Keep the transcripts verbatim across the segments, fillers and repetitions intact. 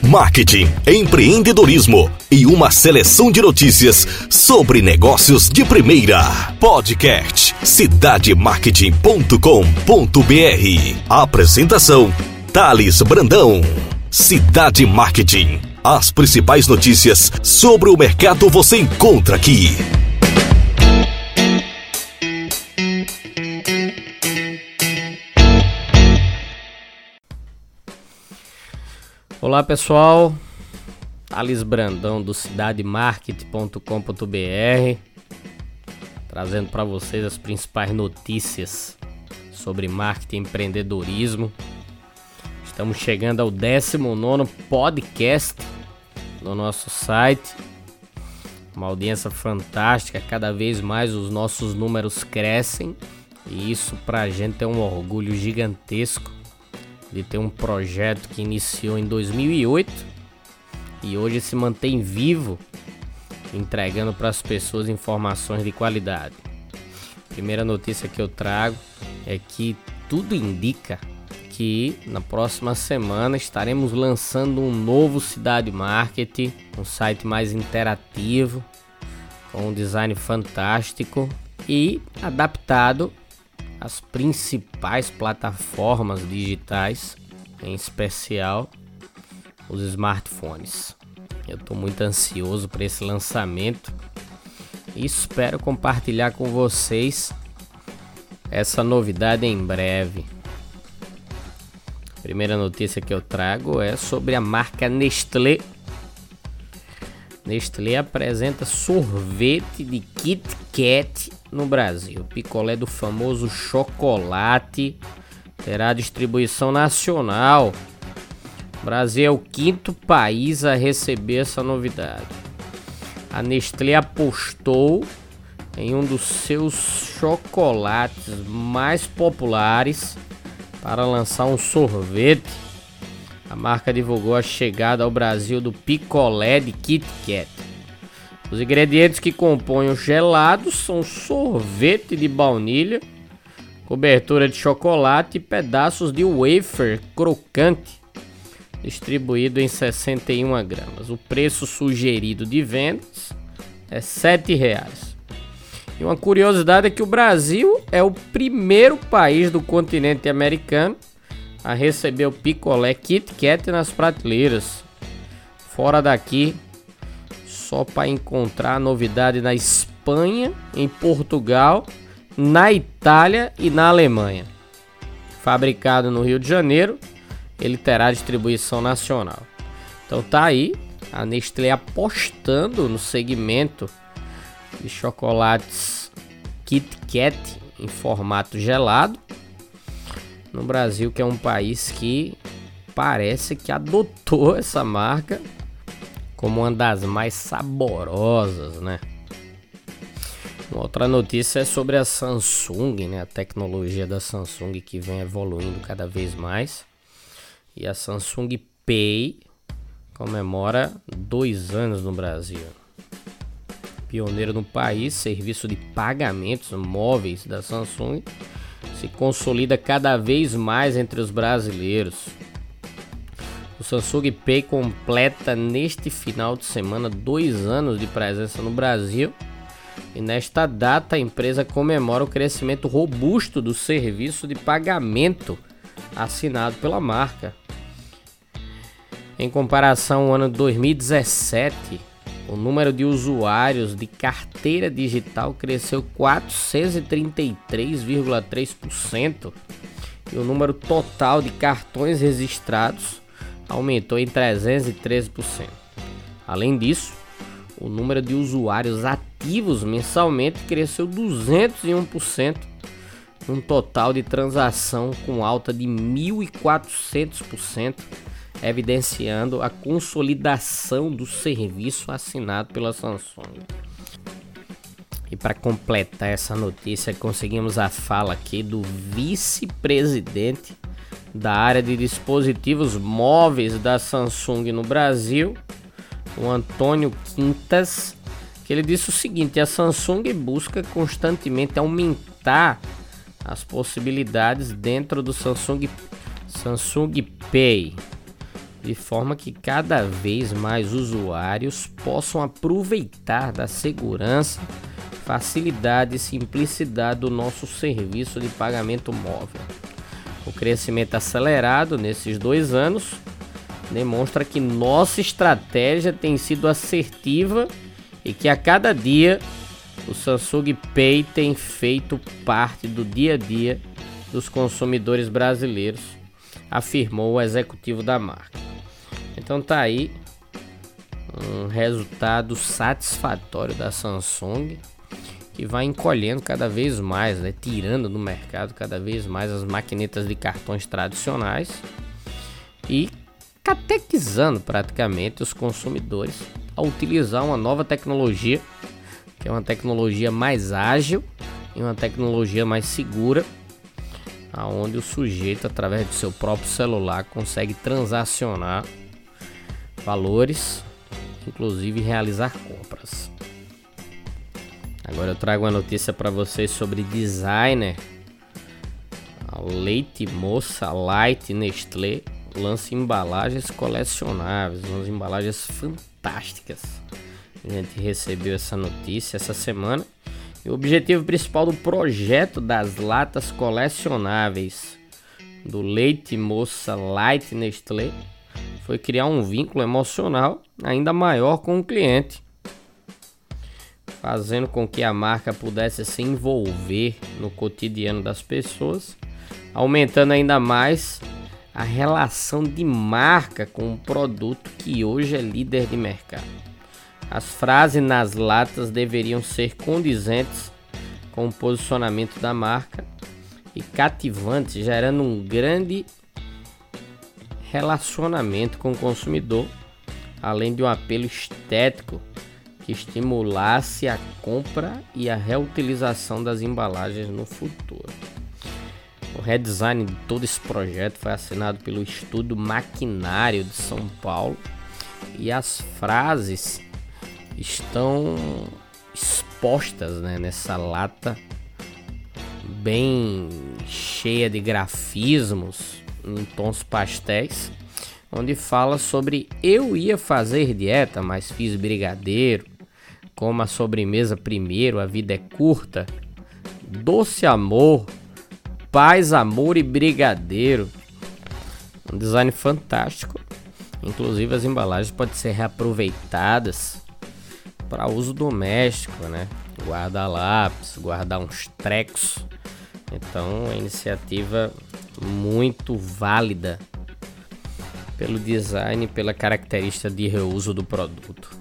marketing, empreendedorismo e uma seleção de notícias sobre negócios de primeira. Podcast cidade marketing ponto com ponto br. Apresentação: Thales Brandão. Cidade Marketing. As principais notícias sobre o mercado você encontra aqui. Olá pessoal, Thales Brandão do cidade marketing ponto com ponto br, trazendo para vocês as principais notícias sobre marketing e empreendedorismo. Estamos chegando ao décimo nono podcast no nosso site, uma audiência fantástica, cada vez mais os nossos números crescem e isso para a gente é um orgulho gigantesco de ter um projeto que iniciou em dois mil e oito e hoje se mantém vivo, entregando para as pessoas informações de qualidade. Primeira notícia que eu trago é que tudo indica que na próxima semana estaremos lançando um novo Cidade Marketing, um site mais interativo, com um design fantástico e adaptado as principais plataformas digitais, em especial os smartphones. Eu estou muito ansioso para esse lançamento e espero compartilhar com vocês essa novidade em breve. A primeira notícia que eu trago é sobre a marca Nestlé. Nestlé apresenta sorvete de Kit Kat no Brasil. O picolé do famoso chocolate terá distribuição nacional. O Brasil é o quinto país a receber essa novidade. A Nestlé apostou em um dos seus chocolates mais populares para lançar um sorvete. A marca divulgou a chegada ao Brasil do picolé de Kit Kat. Os ingredientes que compõem o gelado são sorvete de baunilha, cobertura de chocolate e pedaços de wafer crocante, distribuído em sessenta e uma gramas. O preço sugerido de vendas é sete reais. E uma curiosidade é que o Brasil é o primeiro país do continente americano a receber o picolé Kit Kat nas prateleiras. Fora daqui, só para encontrar a novidade na Espanha, em Portugal, na Itália e na Alemanha. Fabricado no Rio de Janeiro, ele terá distribuição nacional. Então tá aí a Nestlé apostando no segmento de chocolates Kit Kat em formato gelado no Brasil, que é um país que parece que adotou essa marca como uma das mais saborosas, né? Uma outra notícia é sobre a Samsung, né? A tecnologia da Samsung que vem evoluindo cada vez mais. E a Samsung Pay comemora dois anos no Brasil. Pioneiro no país, serviço de pagamentos móveis da Samsung se consolida cada vez mais entre os brasileiros. O Samsung Pay completa neste final de semana dois anos de presença no Brasil e nesta data a empresa comemora o crescimento robusto do serviço de pagamento assinado pela marca. Em comparação ao ano dois mil e dezessete, o número de usuários de carteira digital cresceu quatrocentos e trinta e três vírgula três por cento e o número total de cartões registrados aumentou em trezentos e treze por cento. Além disso, o número de usuários ativos mensalmente cresceu duzentos e um por cento, um total de transação com alta de mil e quatrocentos por cento, evidenciando a consolidação do serviço assinado pela Samsung. E para completar essa notícia, conseguimos a fala aqui do vice-presidente da área de dispositivos móveis da Samsung no Brasil, o Antônio Quintas, que ele disse o seguinte: a Samsung busca constantemente aumentar as possibilidades dentro do Samsung, Samsung Pay. de forma que cada vez mais usuários possam aproveitar da segurança, facilidade e simplicidade do nosso serviço de pagamento móvel. O crescimento acelerado nesses dois anos demonstra que nossa estratégia tem sido assertiva e que a cada dia o Samsung Pay tem feito parte do dia a dia dos consumidores brasileiros, afirmou o executivo da marca. Então tá aí um resultado satisfatório da Samsung, que vai encolhendo cada vez mais, né, tirando do mercado cada vez mais as maquinetas de cartões tradicionais e catequizando praticamente os consumidores a utilizar uma nova tecnologia, que é uma tecnologia mais ágil e uma tecnologia mais segura, aonde o sujeito, através do seu próprio celular, consegue transacionar valores, inclusive realizar compras. Agora eu trago uma notícia para vocês sobre designer. A Leite Moça Light Nestlé lança embalagens colecionáveis, umas embalagens fantásticas. A gente recebeu essa notícia essa semana. E o objetivo principal do projeto das latas colecionáveis do Leite Moça Light Nestlé foi criar um vínculo emocional ainda maior com o cliente, fazendo com que a marca pudesse se envolver no cotidiano das pessoas, aumentando ainda mais a relação de marca com um produto que hoje é líder de mercado. As frases nas latas deveriam ser condizentes com o posicionamento da marca e cativantes, gerando um grande relacionamento com o consumidor, além de um apelo estético que estimulasse a compra e a reutilização das embalagens no futuro. O redesign de todo esse projeto foi assinado pelo Estúdio Maquinário de São Paulo e as frases estão expostas, né, nessa lata bem cheia de grafismos em tons pastéis, onde fala sobre: eu ia fazer dieta, mas fiz brigadeiro, como a sobremesa primeiro, a vida é curta, doce amor, paz, amor e brigadeiro. Um design fantástico. Inclusive as embalagens podem ser reaproveitadas para uso doméstico, né? Guardar lápis, guardar uns trecos. Então é uma iniciativa muito válida pelo design e pela característica de reuso do produto.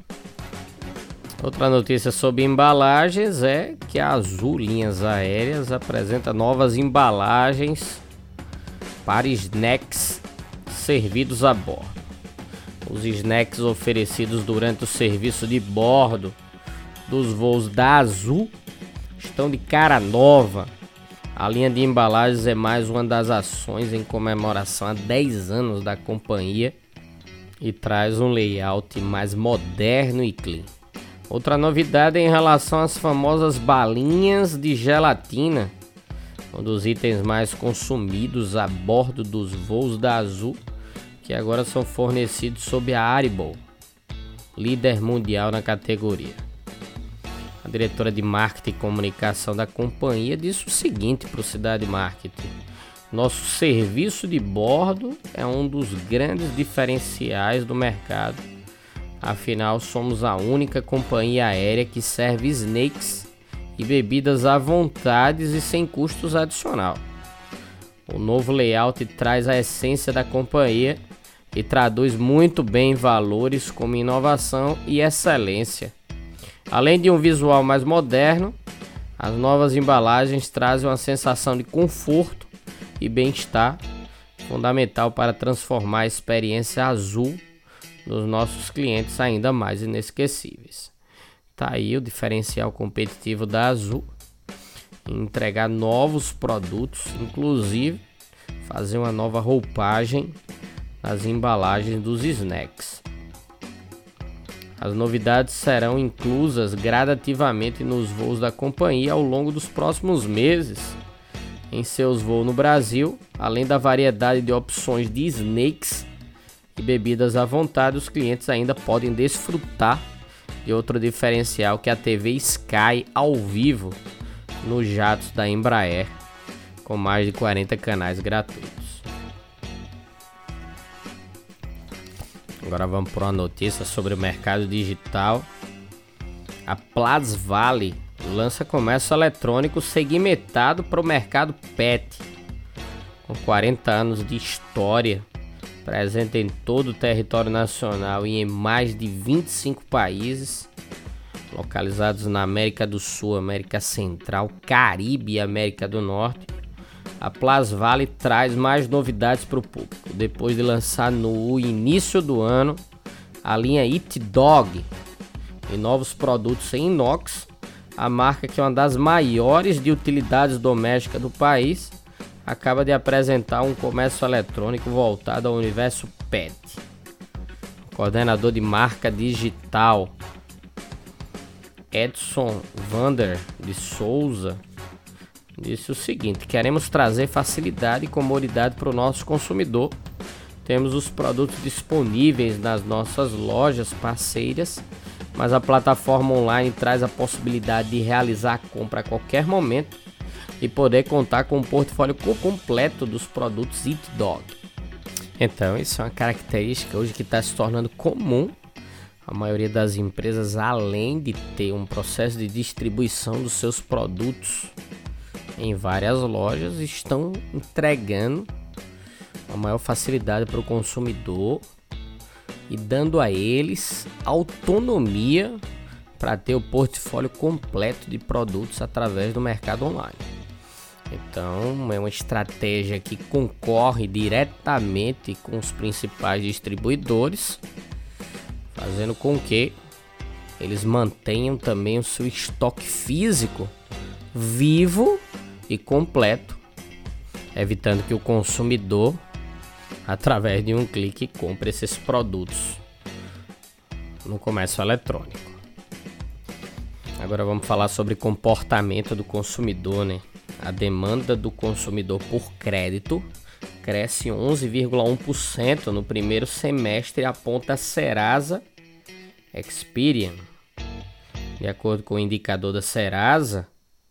Outra notícia sobre embalagens é que a Azul Linhas Aéreas apresenta novas embalagens para snacks servidos a bordo. Os snacks oferecidos durante o serviço de bordo dos voos da Azul estão de cara nova. A linha de embalagens é mais uma das ações em comemoração a dez anos da companhia e traz um layout mais moderno e clean. Outra novidade é em relação às famosas balinhas de gelatina, um dos itens mais consumidos a bordo dos voos da Azul, que agora são fornecidos sob a Haribo, líder mundial na categoria. A diretora de marketing e comunicação da companhia disse o seguinte para o Cidade Marketing: nosso serviço de bordo é um dos grandes diferenciais do mercado. Afinal, somos a única companhia aérea que serve snacks e bebidas à vontade e sem custos adicional. O novo layout traz a essência da companhia e traduz muito bem valores como inovação e excelência. Além de um visual mais moderno, as novas embalagens trazem uma sensação de conforto e bem-estar, fundamental para transformar a experiência Azul dos nossos clientes ainda mais inesquecíveis. Tá aí o diferencial competitivo da Azul, em entregar novos produtos, inclusive fazer uma nova roupagem nas embalagens dos snacks. As novidades serão inclusas gradativamente nos voos da companhia ao longo dos próximos meses em seus voos no Brasil, além da variedade de opções de snacks e bebidas à vontade, os clientes ainda podem desfrutar de outro diferencial, que é a T V Sky ao vivo nos jatos da Embraer, com mais de quarenta canais gratuitos. Agora vamos para uma notícia sobre o mercado digital. A Plasvale lança comércio eletrônico segmentado para o mercado pet, com quarenta anos de história, presente em todo o território nacional e em mais de vinte e cinco países, localizados na América do Sul, América Central, Caribe e América do Norte. A Plasvale traz mais novidades para o público, depois de lançar no início do ano a linha Eat Dog e novos produtos em inox. A marca, que é uma das maiores de utilidades domésticas do país, acaba de apresentar um comércio eletrônico voltado ao universo pet. O coordenador de marca digital, Edson Vander de Souza, disse o seguinte: queremos trazer facilidade e comodidade para o nosso consumidor. Temos os produtos disponíveis nas nossas lojas parceiras, mas a plataforma online traz a possibilidade de realizar a compra a qualquer momento e poder contar com um portfólio completo dos produtos Eat Dog. Então, isso é uma característica hoje que está se tornando comum. A maioria das empresas, além de ter um processo de distribuição dos seus produtos em várias lojas, estão entregando uma maior facilidade para o consumidor e dando a eles autonomia para ter o portfólio completo de produtos através do mercado online. Então, é uma estratégia que concorre diretamente com os principais distribuidores, fazendo com que eles mantenham também o seu estoque físico vivo e completo, evitando que o consumidor, através de um clique, compre esses produtos no comércio eletrônico. Agora vamos falar sobre comportamento do consumidor, né? A demanda do consumidor por crédito cresce onze vírgula um por cento no primeiro semestre, aponta a Serasa Experian. De acordo com o indicador da Serasa,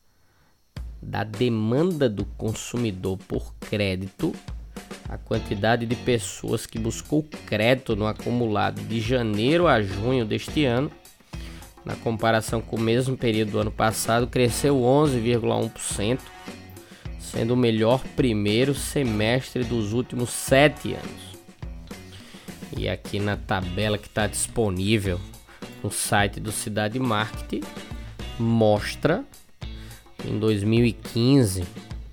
da demanda do consumidor por crédito, a quantidade de pessoas que buscou crédito no acumulado de janeiro a junho deste ano, na comparação com o mesmo período do ano passado, cresceu onze vírgula um por cento, sendo o melhor primeiro semestre dos últimos sete anos. E aqui na tabela que está disponível no site do Cidade Marketing, mostra em dois mil e quinze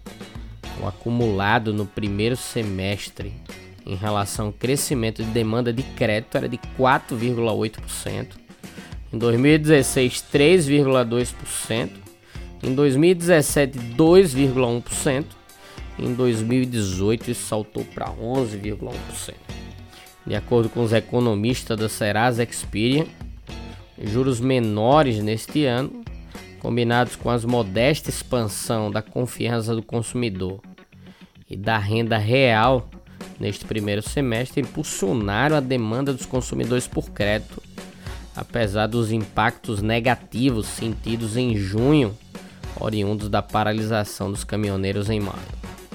o acumulado no primeiro semestre em relação ao crescimento de demanda de crédito era de quatro vírgula oito por cento, em dois mil e dezesseis três vírgula dois por cento, em dois mil e dezessete dois vírgula um por cento, em dois mil e dezoito isso saltou para onze vírgula um por cento. De acordo com os economistas da Serasa Experian, juros menores neste ano, combinados com as modesta expansão da confiança do consumidor e da renda real neste primeiro semestre, impulsionaram a demanda dos consumidores por crédito, apesar dos impactos negativos sentidos em junho, oriundos da paralisação dos caminhoneiros em maio.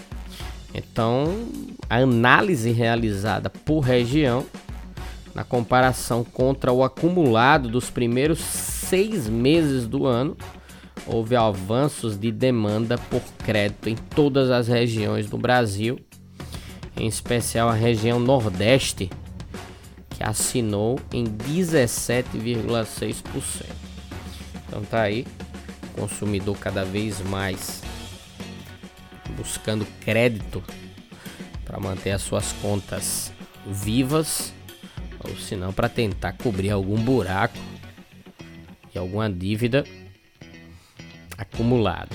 Então, a análise realizada por região, na comparação contra o acumulado dos primeiros seis meses do ano, houve avanços de demanda por crédito em todas as regiões do Brasil, em especial a região Nordeste, que assinou em dezessete vírgula seis por cento. Então tá aí, o consumidor cada vez mais buscando crédito para manter as suas contas vivas, ou se não para tentar cobrir algum buraco e alguma dívida acumulada.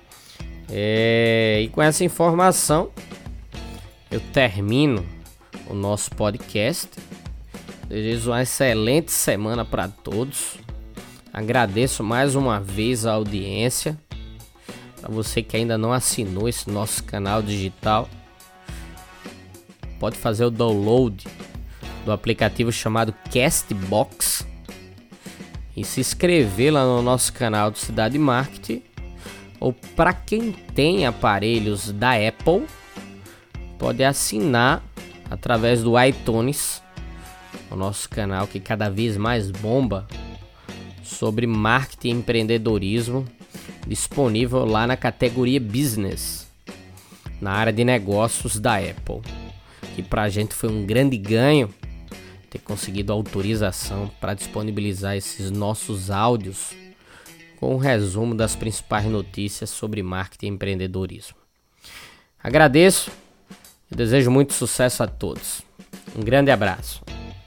É, e com essa informação eu termino o nosso podcast. Desejo uma excelente semana para todos. Agradeço mais uma vez a audiência. Para você que ainda não assinou esse nosso canal digital, pode fazer o download do aplicativo chamado Castbox e se inscrever lá no nosso canal do Cidade Marketing. Ou para quem tem aparelhos da Apple, pode assinar através do iTunes o nosso canal, que cada vez mais bomba sobre marketing e empreendedorismo, disponível lá na categoria Business, na área de negócios da Apple, que pra gente foi um grande ganho ter conseguido autorização para disponibilizar esses nossos áudios com um resumo das principais notícias sobre marketing e empreendedorismo. Agradeço e desejo muito sucesso a todos. Um grande abraço.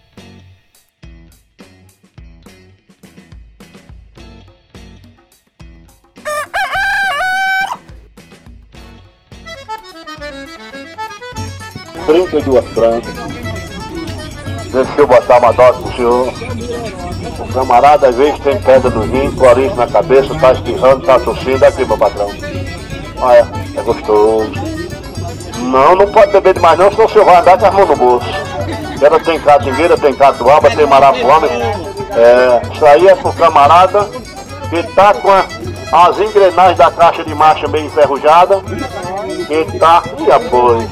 trinta e duas brancas. Deixa eu botar uma dose pro senhor. O camarada às vezes tem pedra no rim, coriza na cabeça, tá espirrando, tá tossindo. Aqui, meu patrão. Olha, é gostoso. Não, não pode beber demais não, senão o senhor vai andar com as mãos no bolso. Ela tem catingueira, tem catuaba, tem marapuama. É, isso aí é pro camarada que tá com a, as engrenagens da caixa de marcha bem enferrujada. Que tá... E apoio.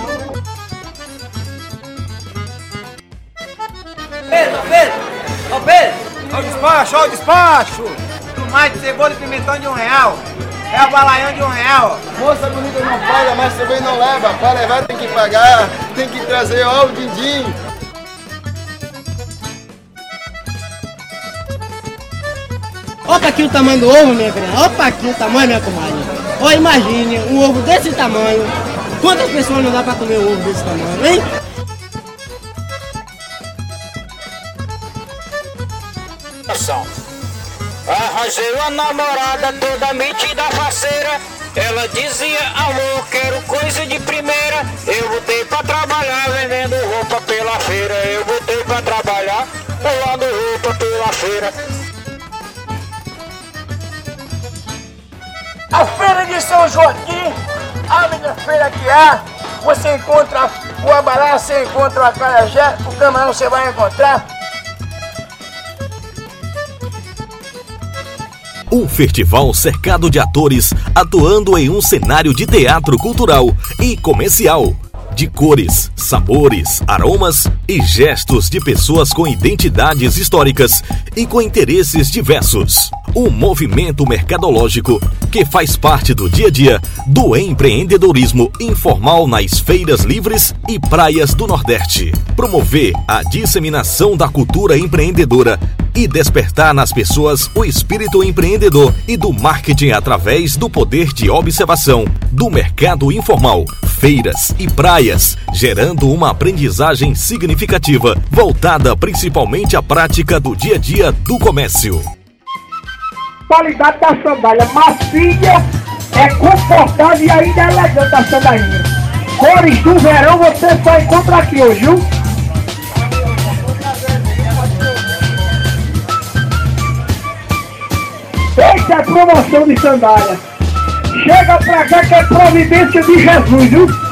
Pedro, Pedro! Ô Pedro! Ó o despacho, ó o despacho! Tomate, cebola e pimentão de um real. É o balaião de um real. Moça bonita não paga, mas também não leva. Para levar tem que pagar, tem que trazer ó o din-din. Opa aqui o tamanho do ovo, minha filha. Opa aqui o tamanho, minha comadre. Ó, imagine um ovo desse tamanho. Quantas pessoas não dá pra comer um ovo desse tamanho, hein? Arranjei uma namorada toda metida faceira. Ela dizia, amor, quero coisa de primeira. Eu botei pra trabalhar vendendo roupa pela feira. Eu botei pra trabalhar pulando roupa pela feira. A feira de São Joaquim, a melhor feira que há. Você encontra o abará, você encontra o acarajé, o camarão você vai encontrar. Um festival cercado de atores atuando em um cenário de teatro cultural e comercial, de cores, sabores, aromas e gestos de pessoas com identidades históricas e com interesses diversos. Um movimento mercadológico que faz parte do dia a dia do empreendedorismo informal nas feiras livres e praias do Nordeste. Promover a disseminação da cultura empreendedora e despertar nas pessoas o espírito empreendedor e do marketing através do poder de observação do mercado informal, feiras e praias, gerando uma aprendizagem significativa, voltada principalmente à prática do dia a dia do comércio. Qualidade da sandália macia, é confortável e ainda é elegante a sandalinha. Cores do verão você só encontra aqui hoje, viu? Essa é a promoção de sandália. Chega pra cá que é providência de Jesus, viu?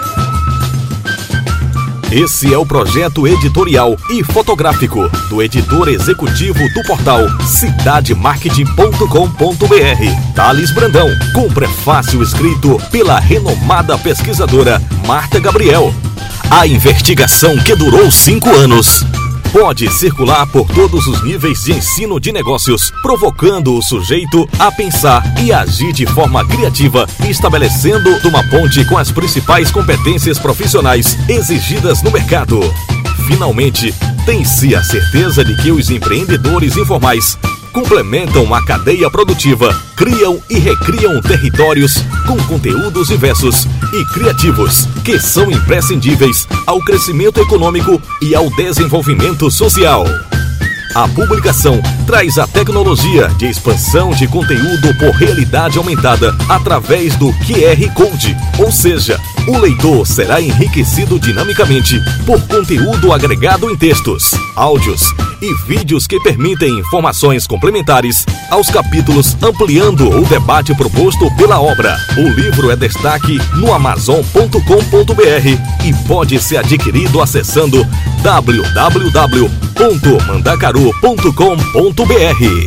Esse é o projeto editorial e fotográfico do editor executivo do portal cidade marketing ponto com ponto b r, Thales Brandão, com prefácio escrito pela renomada pesquisadora Marta Gabriel. A investigação, que durou cinco anos, pode circular por todos os níveis de ensino de negócios, provocando o sujeito a pensar e agir de forma criativa, estabelecendo uma ponte com as principais competências profissionais exigidas no mercado. Finalmente, tem-se a certeza de que os empreendedores informais complementam a cadeia produtiva, criam e recriam territórios com conteúdos diversos e criativos que são imprescindíveis ao crescimento econômico e ao desenvolvimento social. A publicação traz a tecnologia de expansão de conteúdo por realidade aumentada através do Q R Code, ou seja, o leitor será enriquecido dinamicamente por conteúdo agregado em textos, áudios e vídeos que permitem informações complementares aos capítulos, ampliando o debate proposto pela obra. O livro é destaque no amazon ponto com ponto b r e pode ser adquirido acessando w w w ponto mandacaru ponto com ponto b r.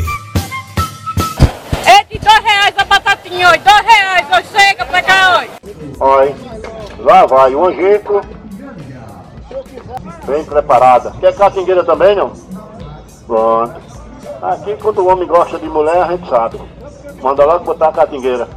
É de dois reais a batatinha hoje, dois reais hoje, chega pra cá hoje. Oi, lá vai o angico, bem preparada. Quer catingueira também, não? Pronto. Aqui, quando o homem gosta de mulher, a gente sabe. Manda logo botar a catingueira.